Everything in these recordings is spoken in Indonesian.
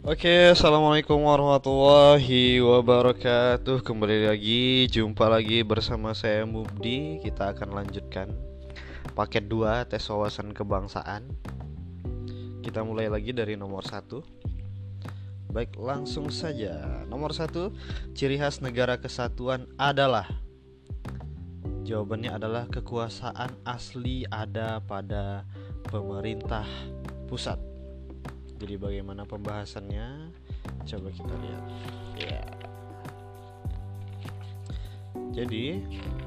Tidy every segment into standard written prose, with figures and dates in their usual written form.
Oke, assalamualaikum warahmatullahi wabarakatuh. Kembali lagi, jumpa lagi bersama saya Mubdi. Kita akan lanjutkan paket 2 tes wawasan kebangsaan. Kita mulai lagi dari nomor 1. Baik, langsung saja. Nomor 1, ciri khas negara kesatuan adalah. Jawabannya adalah kekuasaan asli ada pada pemerintah pusat. Jadi bagaimana pembahasannya? Coba kita lihat. Ya. Jadi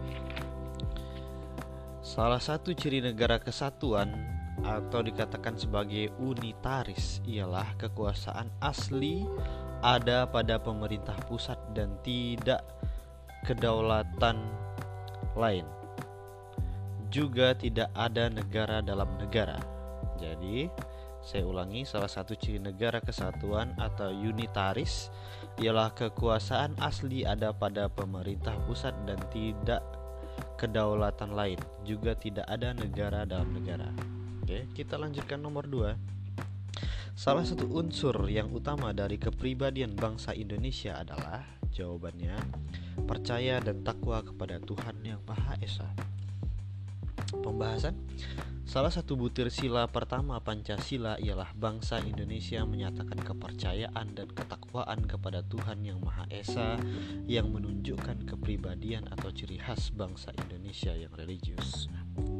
salah satu ciri negara kesatuan atau dikatakan sebagai unitaris ialah kekuasaan asli ada pada pemerintah pusat dan tidak kedaulatan lain. Juga tidak ada negara dalam negara. Jadi saya ulangi, salah satu ciri negara kesatuan atau unitaris ialah kekuasaan asli ada pada pemerintah pusat dan tidak kedaulatan lain. Juga tidak ada negara dalam negara. Oke, kita lanjutkan nomor 2. Salah satu unsur yang utama dari kepribadian bangsa Indonesia adalah, jawabannya, percaya dan takwa kepada Tuhan Yang Maha Esa. Pembahasan. Salah satu butir sila pertama Pancasila ialah bangsa Indonesia menyatakan kepercayaan dan ketakwaan kepada Tuhan Yang Maha Esa yang menunjukkan kepribadian atau ciri khas bangsa Indonesia yang religius.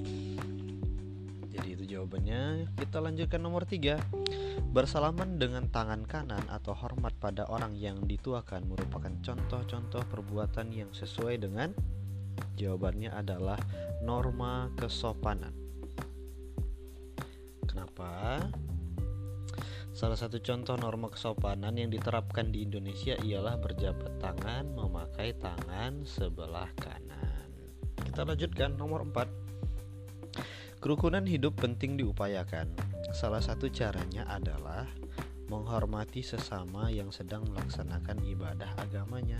Jadi itu jawabannya. Kita lanjutkan nomor 3. Bersalaman dengan tangan kanan atau hormat pada orang yang dituakan merupakan contoh-contoh perbuatan yang sesuai dengan, jawabannya adalah norma kesopanan. Kenapa? Salah satu contoh norma kesopanan yang diterapkan di Indonesia ialah berjabat tangan memakai tangan sebelah kanan. Kita lanjutkan nomor 4. Kerukunan hidup penting diupayakan. Salah satu caranya adalah menghormati sesama yang sedang melaksanakan ibadah agamanya.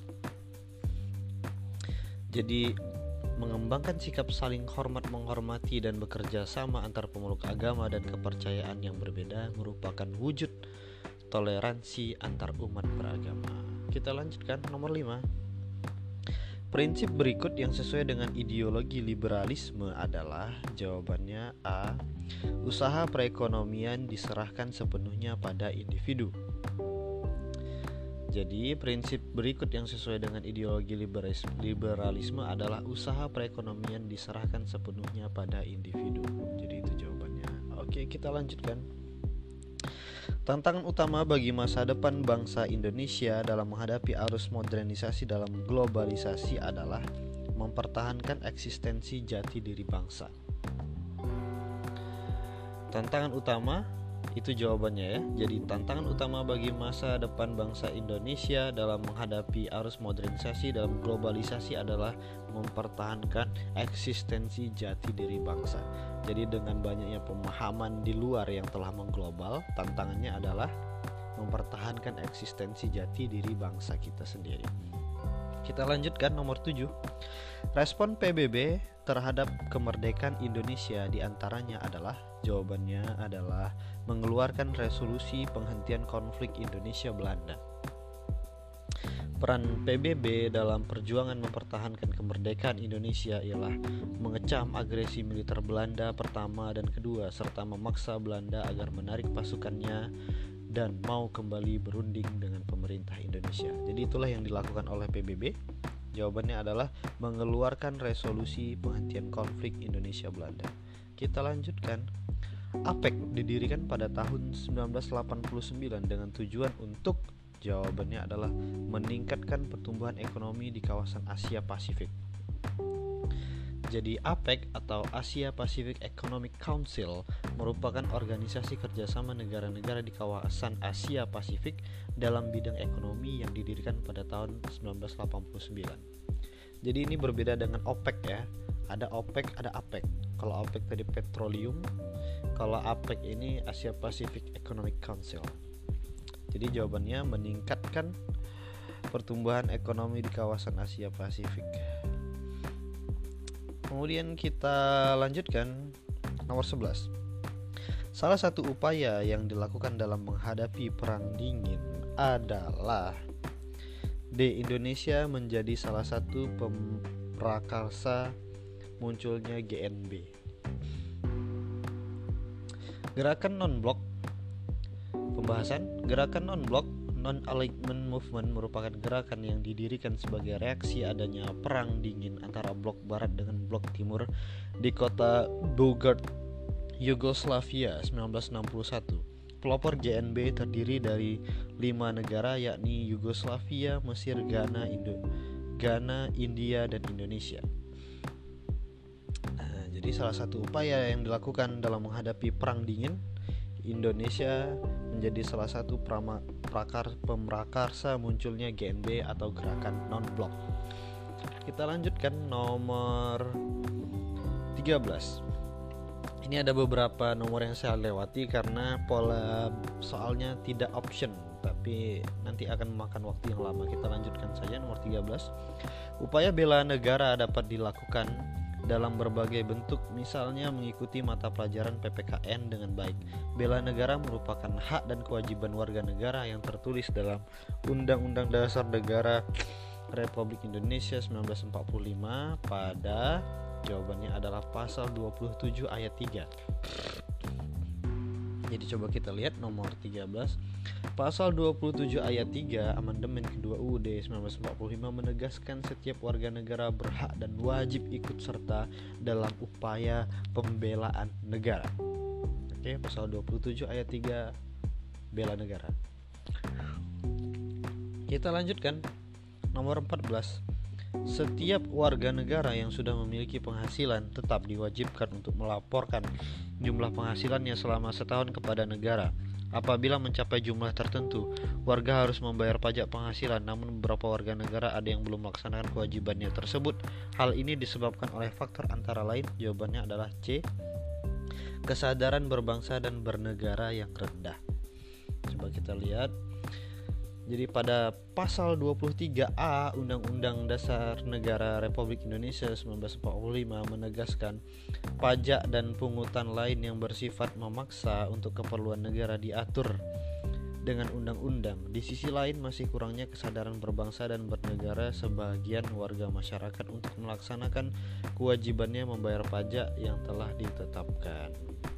Jadi mengembangkan sikap saling hormat menghormati dan bekerja sama antar pemeluk agama dan kepercayaan yang berbeda merupakan wujud toleransi antar umat beragama. Kita lanjutkan nomor 5. Prinsip berikut yang sesuai dengan ideologi liberalisme adalah, jawabannya A. Usaha perekonomian diserahkan sepenuhnya pada individu. Jadi prinsip berikut yang sesuai dengan ideologi liberalisme adalah usaha perekonomian diserahkan sepenuhnya pada individu. Jadi itu jawabannya. Oke, kita lanjutkan. Tantangan utama bagi masa depan bangsa Indonesia dalam menghadapi arus modernisasi dalam globalisasi adalah mempertahankan eksistensi jati diri bangsa. Tantangan utama itu jawabannya ya. Jadi tantangan utama bagi masa depan bangsa Indonesia dalam menghadapi arus modernisasi dalam globalisasi adalah mempertahankan eksistensi jati diri bangsa. Jadi dengan banyaknya pemahaman di luar yang telah mengglobal, tantangannya adalah mempertahankan eksistensi jati diri bangsa kita sendiri. Kita lanjutkan nomor 7. Respon PBB terhadap kemerdekaan Indonesia diantaranya adalah, jawabannya adalah mengeluarkan resolusi penghentian konflik Indonesia-Belanda. Peran PBB dalam perjuangan mempertahankan kemerdekaan Indonesia ialah mengecam agresi militer Belanda pertama dan kedua serta memaksa Belanda agar menarik pasukannya dan mau kembali berunding dengan pemerintah Indonesia. Jadi itulah yang dilakukan oleh PBB. Jawabannya adalah mengeluarkan resolusi penghentian konflik Indonesia-Belanda. Kita lanjutkan. APEC didirikan pada tahun 1989 dengan tujuan untuk, jawabannya adalah meningkatkan pertumbuhan ekonomi di kawasan Asia Pasifik. Jadi APEC atau Asia Pacific Economic Council merupakan organisasi kerjasama negara-negara di kawasan Asia Pasifik dalam bidang ekonomi yang didirikan pada tahun 1989. Jadi ini berbeda dengan OPEC ya. Ada OPEC, ada APEC. Kalau OPEC tadi petroleum, kalau APEC ini Asia Pacific Economic Council. Jadi jawabannya meningkatkan pertumbuhan ekonomi di kawasan Asia Pasifik. Kemudian kita lanjutkan nomor 11. Salah satu upaya yang dilakukan dalam menghadapi perang dingin adalah Indonesia menjadi salah satu pemrakarsa munculnya GNB. Gerakan non-blok. Pembahasan gerakan non-blok non-alignment movement merupakan gerakan yang didirikan sebagai reaksi adanya perang dingin antara blok barat dengan blok timur di kota Belgrade, Yugoslavia 1961. Pelopor GNB terdiri dari 5 negara yakni Yugoslavia, Mesir, Ghana, India, dan Indonesia. Jadi salah satu upaya yang dilakukan dalam menghadapi perang dingin, Indonesia menjadi salah satu pemrakarsa munculnya GNB atau gerakan non-blok. Kita lanjutkan nomor 13. Ini ada beberapa nomor yang saya lewati karena pola soalnya tidak option, tapi nanti akan memakan waktu yang lama. Kita lanjutkan saja nomor 13. Upaya bela negara dapat dilakukan dalam berbagai bentuk, misalnya mengikuti mata pelajaran PPKN dengan baik. Bela negara merupakan hak dan kewajiban warga negara yang tertulis dalam Undang-Undang Dasar Negara Republik Indonesia 1945 pada jawabannya adalah pasal 27 ayat 3. Jadi coba kita lihat nomor 13. Pasal 27 ayat 3 amandemen kedua UUD 1945 menegaskan setiap warga negara berhak dan wajib ikut serta dalam upaya pembelaan negara. Oke, pasal 27 ayat 3 bela negara. Kita lanjutkan nomor 14. Setiap warga negara yang sudah memiliki penghasilan tetap diwajibkan untuk melaporkan jumlah penghasilannya selama setahun kepada negara. Apabila mencapai jumlah tertentu, warga harus membayar pajak penghasilan, namun beberapa warga negara ada yang belum melaksanakan kewajibannya tersebut. Hal ini disebabkan oleh faktor antara lain, jawabannya adalah C, kesadaran berbangsa dan bernegara yang rendah. Coba kita lihat. Jadi pada pasal 23A Undang-Undang Dasar Negara Republik Indonesia 1945 menegaskan pajak dan pungutan lain yang bersifat memaksa untuk keperluan negara diatur dengan undang-undang. Di sisi lain masih kurangnya kesadaran berbangsa dan bernegara sebagian warga masyarakat untuk melaksanakan kewajibannya membayar pajak yang telah ditetapkan.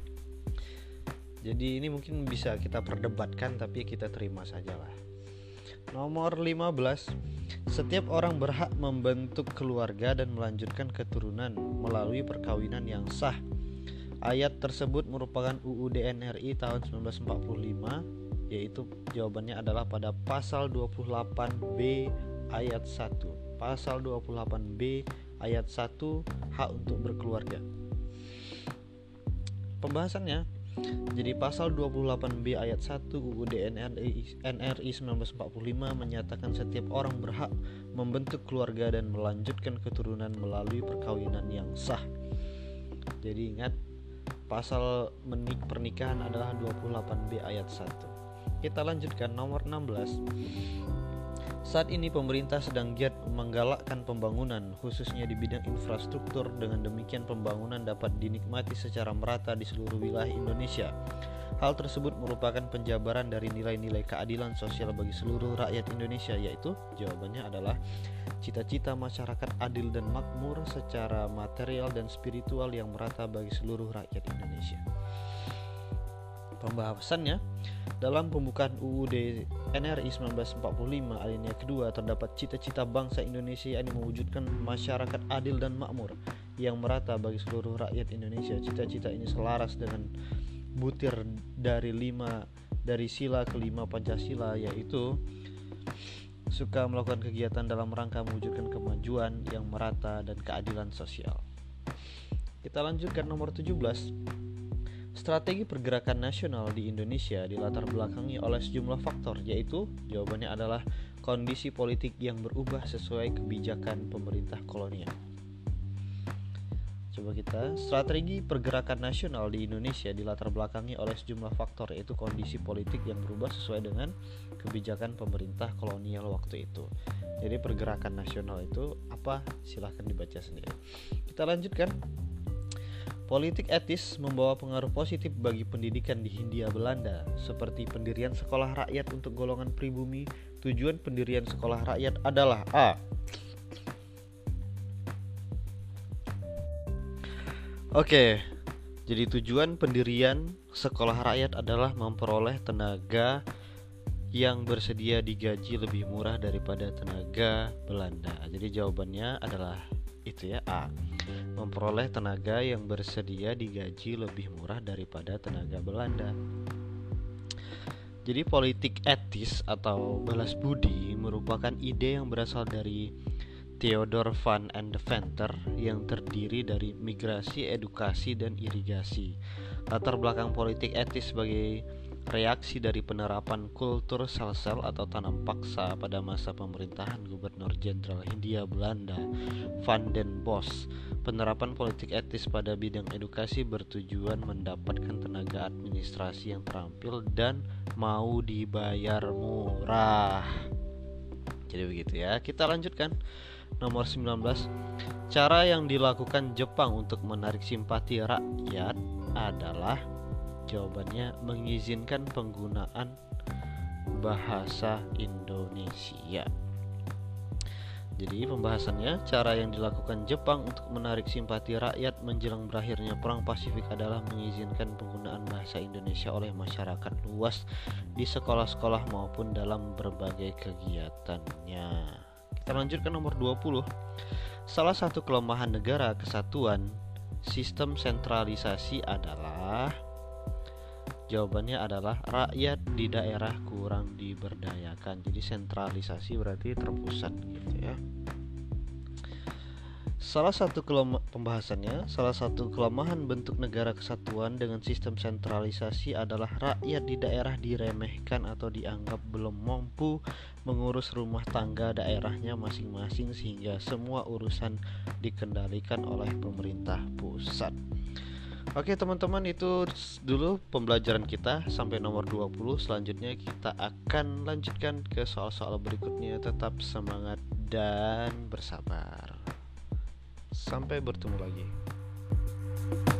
Jadi ini mungkin bisa kita perdebatkan, tapi kita terima sajalah. Nomor 15. Setiap orang berhak membentuk keluarga dan melanjutkan keturunan melalui perkawinan yang sah. Ayat tersebut merupakan UUD NRI tahun 1945, yaitu jawabannya adalah pada pasal 28B ayat 1. Pasal 28B ayat 1, hak untuk berkeluarga. Pembahasannya, jadi pasal 28B ayat 1 UUD NRI 1945 menyatakan setiap orang berhak membentuk keluarga dan melanjutkan keturunan melalui perkawinan yang sah. Jadi ingat, pasal pernikahan adalah 28B ayat 1. Kita lanjutkan nomor 16. Saat ini pemerintah sedang giat menggalakkan pembangunan, khususnya di bidang infrastruktur. Dengan demikian pembangunan dapat dinikmati secara merata di seluruh wilayah Indonesia. Hal tersebut merupakan penjabaran dari nilai-nilai keadilan sosial bagi seluruh rakyat Indonesia, yaitu jawabannya adalah cita-cita masyarakat adil dan makmur secara material dan spiritual yang merata bagi seluruh rakyat Indonesia. Pembahasannya, dalam pembukaan UUD NRI 1945 alinea kedua terdapat cita-cita bangsa Indonesia yang mewujudkan masyarakat adil dan makmur yang merata bagi seluruh rakyat Indonesia. Cita-cita ini selaras dengan butir dari sila kelima Pancasila, yaitu suka melakukan kegiatan dalam rangka mewujudkan kemajuan yang merata dan keadilan sosial. Kita lanjutkan nomor 17. Strategi pergerakan nasional di Indonesia dilatar belakangi oleh sejumlah faktor, yaitu jawabannya adalah kondisi politik yang berubah sesuai kebijakan pemerintah kolonial. Coba kita, strategi pergerakan nasional di Indonesia dilatar belakangi oleh sejumlah faktor, yaitu kondisi politik yang berubah sesuai dengan kebijakan pemerintah kolonial waktu itu. Jadi pergerakan nasional itu apa? Silahkan dibaca sendiri. Kita lanjutkan. Politik etis membawa pengaruh positif bagi pendidikan di Hindia Belanda, seperti pendirian sekolah rakyat untuk golongan pribumi. Tujuan pendirian sekolah rakyat adalah A. Oke, jadi tujuan pendirian sekolah rakyat adalah memperoleh tenaga yang bersedia digaji lebih murah daripada tenaga Belanda. Jadi jawabannya adalah itu ya, A. Memperoleh tenaga yang bersedia digaji lebih murah daripada tenaga Belanda. Jadi politik etis atau balas budi merupakan ide yang berasal dari Theodor van Deventer yang terdiri dari migrasi, edukasi, dan irigasi. Latar belakang politik etis sebagai reaksi dari penerapan kultur sel-sel atau tanam paksa pada masa pemerintahan Gubernur Jenderal Hindia Belanda Van den Bosch. Penerapan politik etis pada bidang edukasi bertujuan mendapatkan tenaga administrasi yang terampil dan mau dibayar murah. Jadi begitu ya. Kita lanjutkan. Nomor 19. Cara yang dilakukan Jepang untuk menarik simpati rakyat adalah, jawabannya, mengizinkan penggunaan bahasa Indonesia. Jadi pembahasannya, cara yang dilakukan Jepang untuk menarik simpati rakyat menjelang berakhirnya Perang Pasifik adalah mengizinkan penggunaan bahasa Indonesia oleh masyarakat luas di sekolah-sekolah maupun dalam berbagai kegiatannya. Kita lanjutkan nomor 20. Salah satu kelemahan negara kesatuan sistem sentralisasi adalah, jawabannya adalah rakyat di daerah kurang diberdayakan. Jadi sentralisasi berarti terpusat gitu ya. Salah satu kelemahan bentuk negara kesatuan dengan sistem sentralisasi adalah rakyat di daerah diremehkan atau dianggap belum mampu mengurus rumah tangga daerahnya masing-masing, sehingga semua urusan dikendalikan oleh pemerintah pusat. Oke teman-teman, itu dulu pembelajaran kita sampai nomor 20. Selanjutnya kita akan lanjutkan ke soal-soal berikutnya. Tetap semangat dan bersabar. Sampai bertemu lagi.